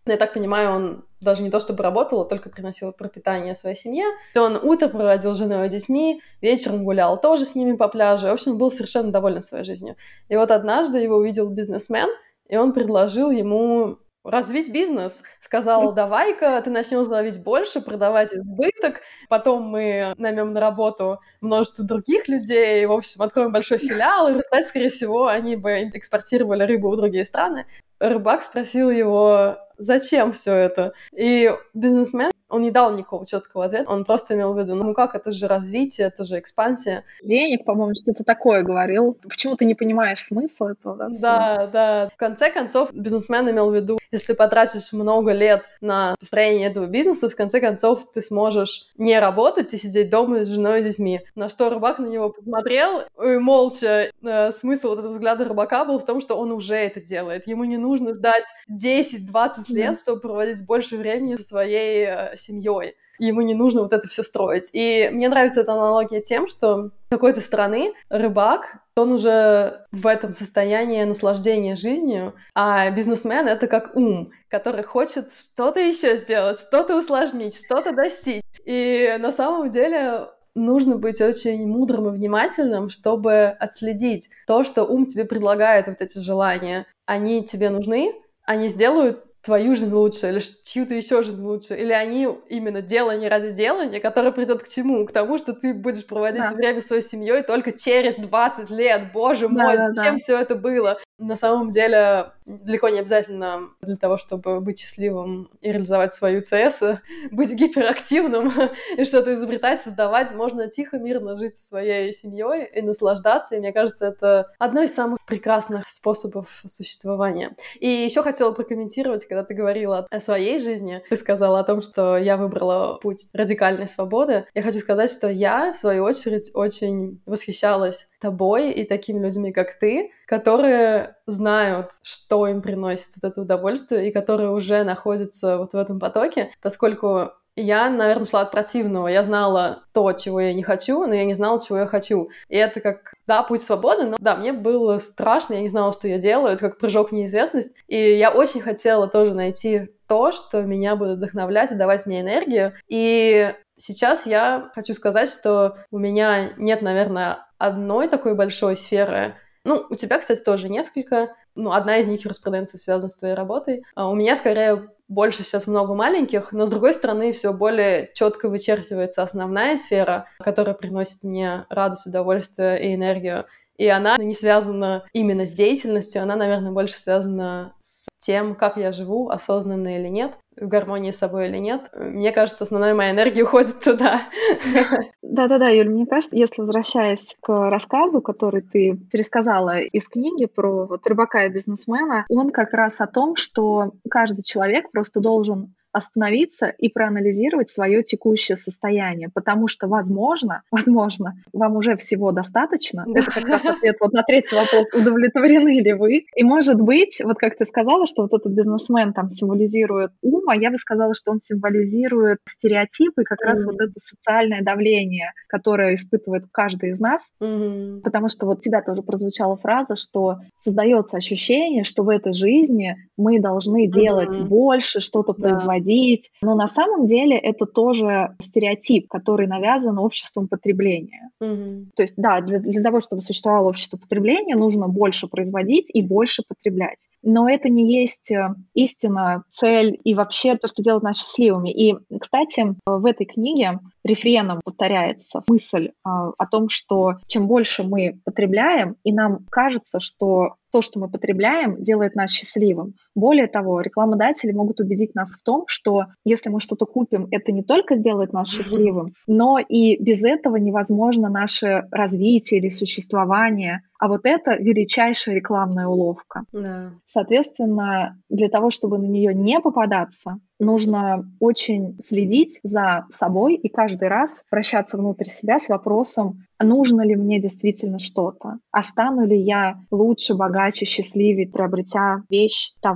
Я так понимаю, он даже не то чтобы работал, а только приносил пропитание своей семье. Он утро проводил с женой и детьми, вечером гулял тоже с ними по пляжу. В общем, был совершенно доволен своей жизнью. И вот однажды его увидел бизнесмен, и он предложил ему развить бизнес. Сказал: давай-ка ты начнешь ловить больше, продавать избыток, потом мы наймем на работу множество других людей, в общем, откроем большой филиал, и в результате, скорее всего, они бы экспортировали рыбу в другие страны. Рыбак спросил его: зачем все это? И бизнесмен, он не дал никакого четкого ответа, он просто имел в виду: ну как, это же развитие, это же экспансия. Денег, по-моему, что-то такое говорил. Почему ты не понимаешь смысла этого, да? Да, да. В конце концов, бизнесмен имел в виду, если ты потратишь много лет на построение этого бизнеса, в конце концов ты сможешь не работать и сидеть дома с женой и детьми. На что рыбак на него посмотрел, и молча. Э, смысл вот этого взгляда рыбака был в том, что он уже это делает. Ему не нужно ждать десять-двадцать лет, mm. чтобы проводить больше времени со своей э, семьей. Ему не нужно вот это все строить. И мне нравится эта аналогия тем, что с какой-то стороны рыбак, он уже в этом состоянии наслаждения жизнью, а бизнесмен — это как ум, который хочет что-то еще сделать, что-то усложнить, что-то достичь. И на самом деле нужно быть очень мудрым и внимательным, чтобы отследить то, что ум тебе предлагает, вот эти желания. Они тебе нужны, они сделают твою жизнь лучше, или чью-то еще жизнь лучше, или они именно делание ради делания, которое придет к чему? К тому, что ты будешь проводить да. время с своей семьей только через двадцать лет. Боже мой, да, зачем да. все это было? На самом деле, далеко не обязательно для того, чтобы быть счастливым и реализовать свою ЦС, быть гиперактивным и что-то изобретать, создавать. Можно тихо, мирно жить со своей семьей и наслаждаться. И мне кажется, это одно из самых прекрасных способов существования. И еще хотела прокомментировать, когда ты говорила о своей жизни, ты сказала о том, что я выбрала путь радикальной свободы. Я хочу сказать, что я, в свою очередь, очень восхищалась тобой и такими людьми, как ты, которые знают, что им приносит вот это удовольствие, и которые уже находятся вот в этом потоке, поскольку я, наверное, шла от противного. Я знала то, чего я не хочу, но я не знала, чего я хочу. И это как, да, путь свободы, но да, мне было страшно, я не знала, что я делаю, это как прыжок в неизвестность. И я очень хотела тоже найти то, что меня будет вдохновлять и давать мне энергию. И сейчас я хочу сказать, что у меня нет, наверное, одной такой большой сферы. Ну, у тебя, кстати, тоже несколько. Ну, одна из них юриспруденция связана с твоей работой. А у меня, скорее, больше сейчас много маленьких, но, с другой стороны, все более четко вычерчивается основная сфера, которая приносит мне радость, удовольствие и энергию. И она не связана именно с деятельностью, она, наверное, больше связана с тем, как я живу, осознанно или нет, в гармонии с собой или нет. Мне кажется, основная моя энергия уходит туда. Да-да-да, Юль, мне кажется, если возвращаясь к рассказу, который ты пересказала из книги про вот рыбака и бизнесмена, он как раз о том, что каждый человек просто должен остановиться и проанализировать свое текущее состояние, потому что, возможно, возможно, вам уже всего достаточно. Да. Это как раз ответ вот на третий вопрос, удовлетворены ли вы. И, может быть, вот как ты сказала, что вот этот бизнесмен там символизирует ум, а я бы сказала, что он символизирует стереотипы, как mm-hmm. раз вот это социальное давление, которое испытывает каждый из нас, mm-hmm. потому что вот у тебя тоже прозвучала фраза, что создается ощущение, что в этой жизни мы должны делать mm-hmm. больше, что-то yeah. производить. Но на самом деле это тоже стереотип, который навязан обществом потребления. Mm-hmm. То есть, да, для, для того, чтобы существовало общество потребления, нужно больше производить и больше потреблять. Но это не есть истина, цель и вообще то, что делает нас счастливыми. И, кстати, в этой книге рефреном повторяется мысль а, о том, что чем больше мы потребляем, и нам кажется, что то, что мы потребляем, делает нас счастливым. Более того, рекламодатели могут убедить нас в том, что если мы что-то купим, это не только сделает нас счастливым, но и без этого невозможно наше развитие или существование. А вот это величайшая рекламная уловка. Да. Соответственно, для того, чтобы на нее не попадаться, нужно очень следить за собой и каждый раз обращаться внутрь себя с вопросом, нужно ли мне действительно что-то, а стану ли я лучше, богаче, счастливее, приобретя вещь, товар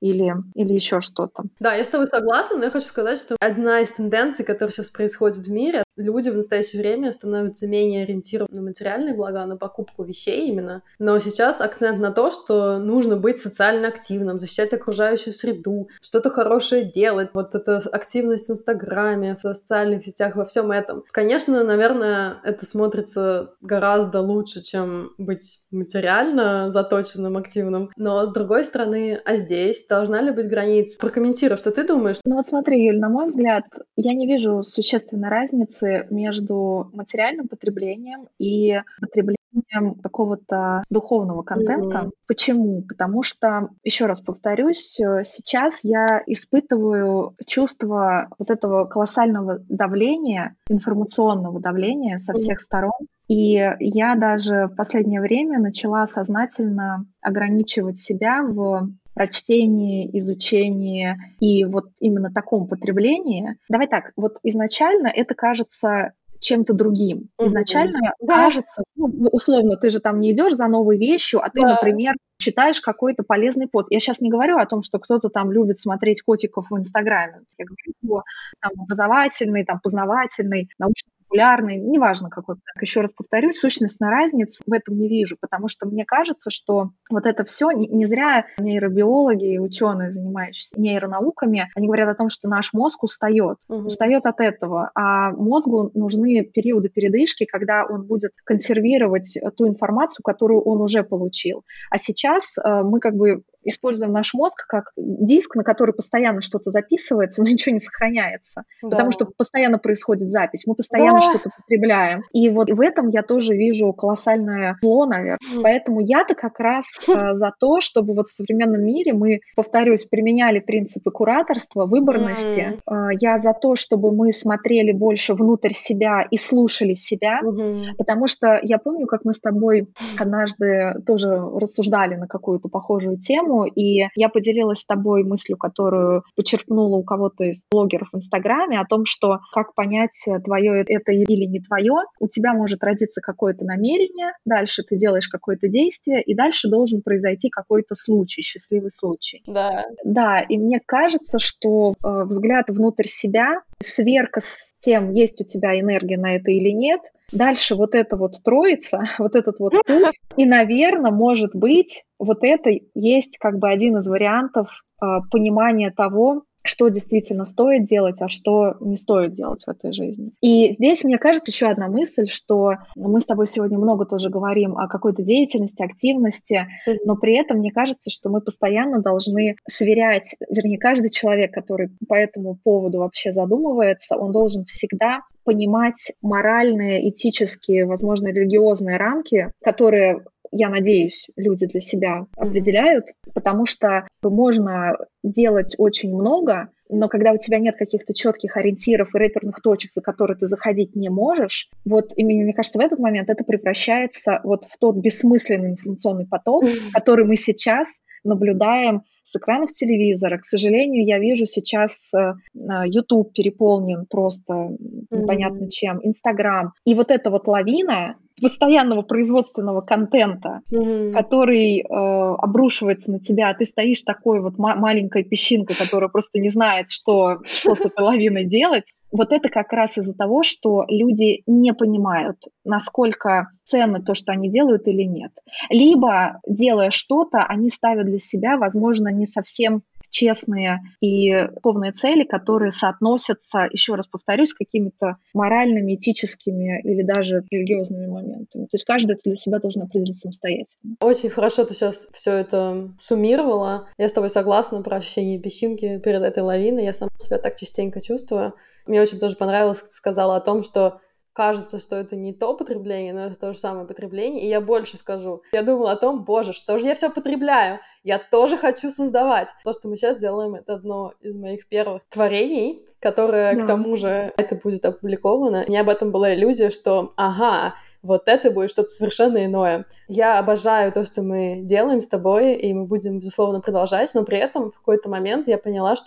или, или еще что-то. Да, я с тобой согласна, но я хочу сказать, что одна из тенденций, которая сейчас происходит в мире, люди в настоящее время становятся менее ориентированы на материальные блага, на покупку вещей именно. Но сейчас акцент на то, что нужно быть социально активным, защищать окружающую среду, что-то хорошее делать. Вот эта активность в Инстаграме, в социальных сетях, во всем этом. Конечно, наверное, это смотрится гораздо лучше, чем быть материально заточенным, активным. Но, с другой стороны, а здесь должна ли быть граница? Прокомментируй, что ты думаешь? Ну вот смотри, Юль, на мой взгляд, я не вижу существенной разницы между материальным потреблением и потреблением какого-то духовного контента. Mm-hmm. Почему? Потому что, еще раз повторюсь, сейчас я испытываю чувство вот этого колоссального давления, информационного давления со всех сторон. И я даже в последнее время начала сознательно ограничивать себя в прочтении, изучении и вот именно таком потреблении. Давай так, вот изначально это кажется чем-то другим. Изначально mm-hmm. кажется, ну, условно, ты же там не идешь за новой вещью, а ты, yeah. например, читаешь какой-то полезный пост. Я сейчас не говорю о том, что кто-то там любит смотреть котиков в Инстаграме. Я говорю о там, образовательный, там, познавательный, научно-популярный, неважно какой. Так, еще раз повторюсь, сущностной разницы в этом не вижу, потому что мне кажется, что вот это все не, не зря нейробиологи и ученые, занимающиеся нейронауками, они говорят о том, что наш мозг устает, угу. устает от этого, а мозгу нужны периоды передышки, когда он будет консервировать ту информацию, которую он уже получил. А сейчас э, мы как бы используем наш мозг как диск, на который постоянно что-то записывается, но ничего не сохраняется, да. потому что постоянно происходит запись, мы постоянно да. что-то потребляем. И вот в этом я тоже вижу колоссальное зло, наверное. Mm. Поэтому я-то как раз э, за то, чтобы вот в современном мире мы, повторюсь, применяли принципы кураторства, выборности. Mm. Э, я за то, чтобы мы смотрели больше внутрь себя и слушали себя, mm-hmm. потому что я помню, как мы с тобой однажды тоже рассуждали на какую-то похожую тему, и я поделилась с тобой мыслью, которую почерпнула у кого-то из блогеров в Инстаграме, о том, что как понять, твое это или не твое. У тебя может родиться какое-то намерение, дальше ты делаешь какое-то действие, и дальше должен произойти какой-то случай, счастливый случай. Да. Да, и мне кажется, что э, взгляд внутрь себя, сверка с тем, есть у тебя энергия на это или нет, дальше вот это вот троица, вот этот вот путь, и, наверное, может быть, вот это есть как бы один из вариантов э, понимания того, что действительно стоит делать, а что не стоит делать в этой жизни. И здесь, мне кажется, еще одна мысль, что мы с тобой сегодня много тоже говорим о какой-то деятельности, активности, но при этом мне кажется, что мы постоянно должны сверять, вернее, каждый человек, который по этому поводу вообще задумывается, он должен всегда понимать моральные, этические, возможно, религиозные рамки, которые, я надеюсь, люди для себя определяют, потому что можно делать очень много, но когда у тебя нет каких-то четких ориентиров и реперных точек, за которые ты заходить не можешь, вот именно, мне кажется, в этот момент это превращается вот в тот бессмысленный информационный поток, который мы сейчас наблюдаем с экранов телевизора. К сожалению, я вижу сейчас YouTube переполнен просто непонятно mm-hmm. чем, Инстаграм. И вот эта вот лавина постоянного производственного контента, mm-hmm. который э, обрушивается на тебя, а ты стоишь такой вот ма- маленькой песчинкой, которая просто не знает, что, что с этой лавиной делать. Вот это как раз из-за того, что люди не понимают, насколько ценно то, что они делают или нет. Либо, делая что-то, они ставят для себя, возможно, не совсем честные и полные цели, которые соотносятся, еще раз повторюсь, с какими-то моральными, этическими или даже религиозными моментами. То есть каждый для себя должен определить самостоятельно. Очень хорошо ты сейчас все это суммировала. Я с тобой согласна про ощущение песчинки перед этой лавиной. Я сама себя так частенько чувствую. Мне очень тоже понравилось, как ты сказала о том, что кажется, что это не то потребление, но это то же самое потребление. И я больше скажу. Я думала о том, боже, что же я все потребляю? Я тоже хочу создавать. То, что мы сейчас делаем, это одно из моих первых творений, которое, да. к тому же, это будет опубликовано. У меня об этом была иллюзия, что, ага, вот это будет что-то совершенно иное. Я обожаю то, что мы делаем с тобой, и мы будем, безусловно, продолжать, но при этом в какой-то момент я поняла, что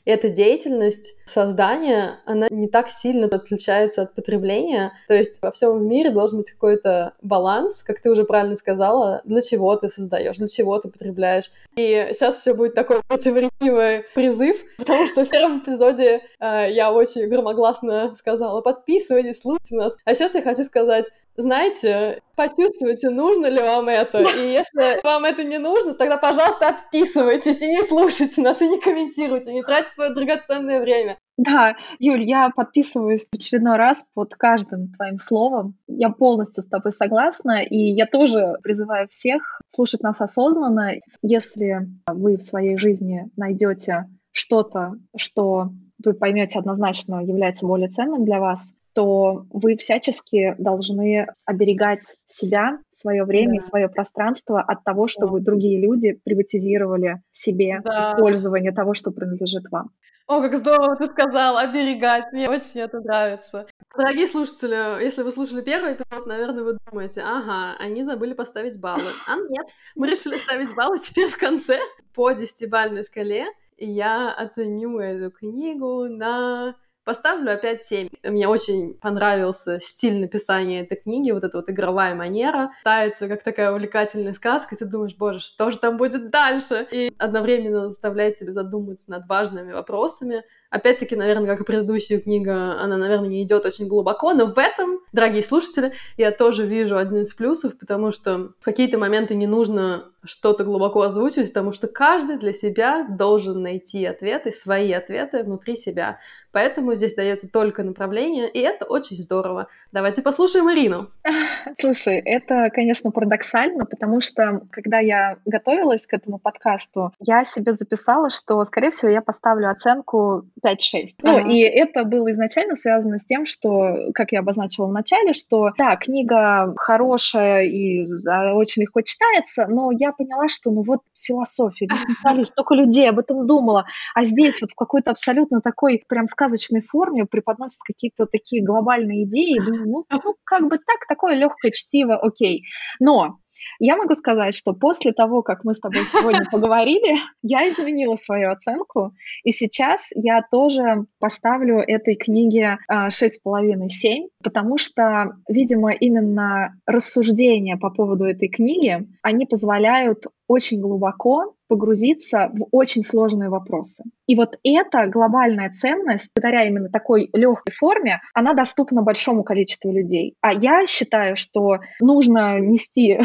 эта деятельность создания, она не так сильно отличается от потребления. То есть во всем мире должен быть какой-то баланс, как ты уже правильно сказала, для чего ты создаешь, для чего ты потребляешь. И сейчас все будет такой противоречивый призыв, потому что в первом эпизоде э, я очень громогласно сказала: подписывайтесь, слушайте нас. А сейчас я хочу сказать: знаете, почувствуйте, нужно ли вам это. И если вам это не нужно, тогда, пожалуйста, отписывайтесь и не слушайте нас, и не комментируйте, не тратьте свое драгоценное время. Да, Юль, я подписываюсь в очередной раз под каждым твоим словом. Я полностью с тобой согласна, и я тоже призываю всех слушать нас осознанно. Если вы в своей жизни найдете что-то, что вы поймете однозначно является более ценным для вас, то вы всячески должны оберегать себя, свое время Да. и свое пространство от того, чтобы другие люди приватизировали себе Да. использование того, что принадлежит вам. О, как здорово ты сказала, оберегать. Мне очень это нравится. Дорогие слушатели, если вы слушали первый эпизод, наверное, вы думаете: ага, они забыли поставить баллы. А нет, мы решили ставить баллы теперь в конце по десятибалльной шкале, и я оценю эту книгу на... Поставлю опять семь. Мне очень понравился стиль написания этой книги, вот эта вот игровая манера. Читается как такая увлекательная сказка, и ты думаешь: боже, что же там будет дальше? И одновременно заставляет тебя задуматься над важными вопросами. Опять-таки, наверное, как и предыдущая книга, она, наверное, не идет очень глубоко, но в этом, дорогие слушатели, я тоже вижу один из плюсов, потому что в какие-то моменты не нужно что-то глубоко озвучивать, потому что каждый для себя должен найти ответы, свои ответы внутри себя. Поэтому здесь дается только направление, и это очень здорово. Давайте послушаем Ирину. Слушай, это, конечно, парадоксально, потому что, когда я готовилась к этому подкасту, я себе записала, что, скорее всего, я поставлю оценку пять-шесть. Ну, Ага. и это было изначально связано с тем, что, как я обозначила в начале, что, да, книга хорошая и да, очень легко читается, но я поняла, что, ну вот, философия, экзистенциалист, столько людей об этом думала, а здесь вот в какой-то абсолютно такой прям сказочной форме преподносят какие-то такие глобальные идеи. Думаю, ну, ну как бы так, такое легкое чтиво, окей. Но я могу сказать, что после того, как мы с тобой сегодня поговорили, я изменила свою оценку, и сейчас я тоже поставлю этой книге шесть с половиной - семь, потому что, видимо, именно рассуждения по поводу этой книги, они позволяют очень глубоко погрузиться в очень сложные вопросы. И вот эта глобальная ценность, благодаря именно такой легкой форме, она доступна большому количеству людей. А я считаю, что нужно нести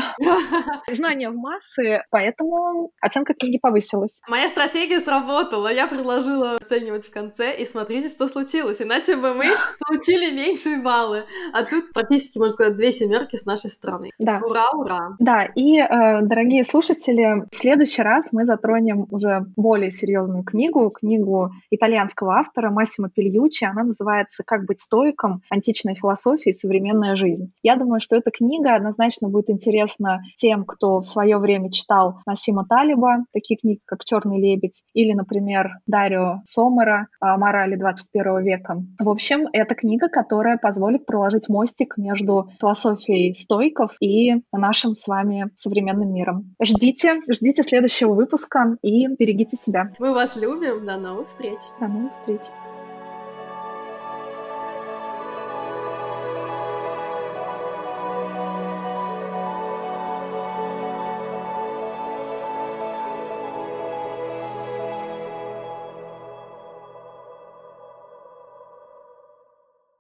знания в массы, поэтому оценка книги повысилась. Моя стратегия сработала. Я предложила оценивать в конце, и смотрите, что случилось. Иначе бы мы получили меньшие баллы. А тут практически, можно сказать, две семерки с нашей стороны. Да. Ура, ура! Да, и, э, дорогие слушатели, в следующий раз мы затронем уже более серьезную книгу, книгу итальянского автора Массимо Пильюччи. Она называется «Как быть стоиком. Античная философия и современная жизнь». Я думаю, что эта книга однозначно будет интересна тем, кто в свое время читал Нассима Талеба, такие книги, как «Черный лебедь», или, например, Дарио Сомера о морали двадцать первого века. В общем, это книга, которая позволит проложить мостик между философией стоиков и нашим с вами современным миром. Ждите, ждите следующего выпуска и берегите себя. Мы вас любим. До новых встреч. До новых встреч.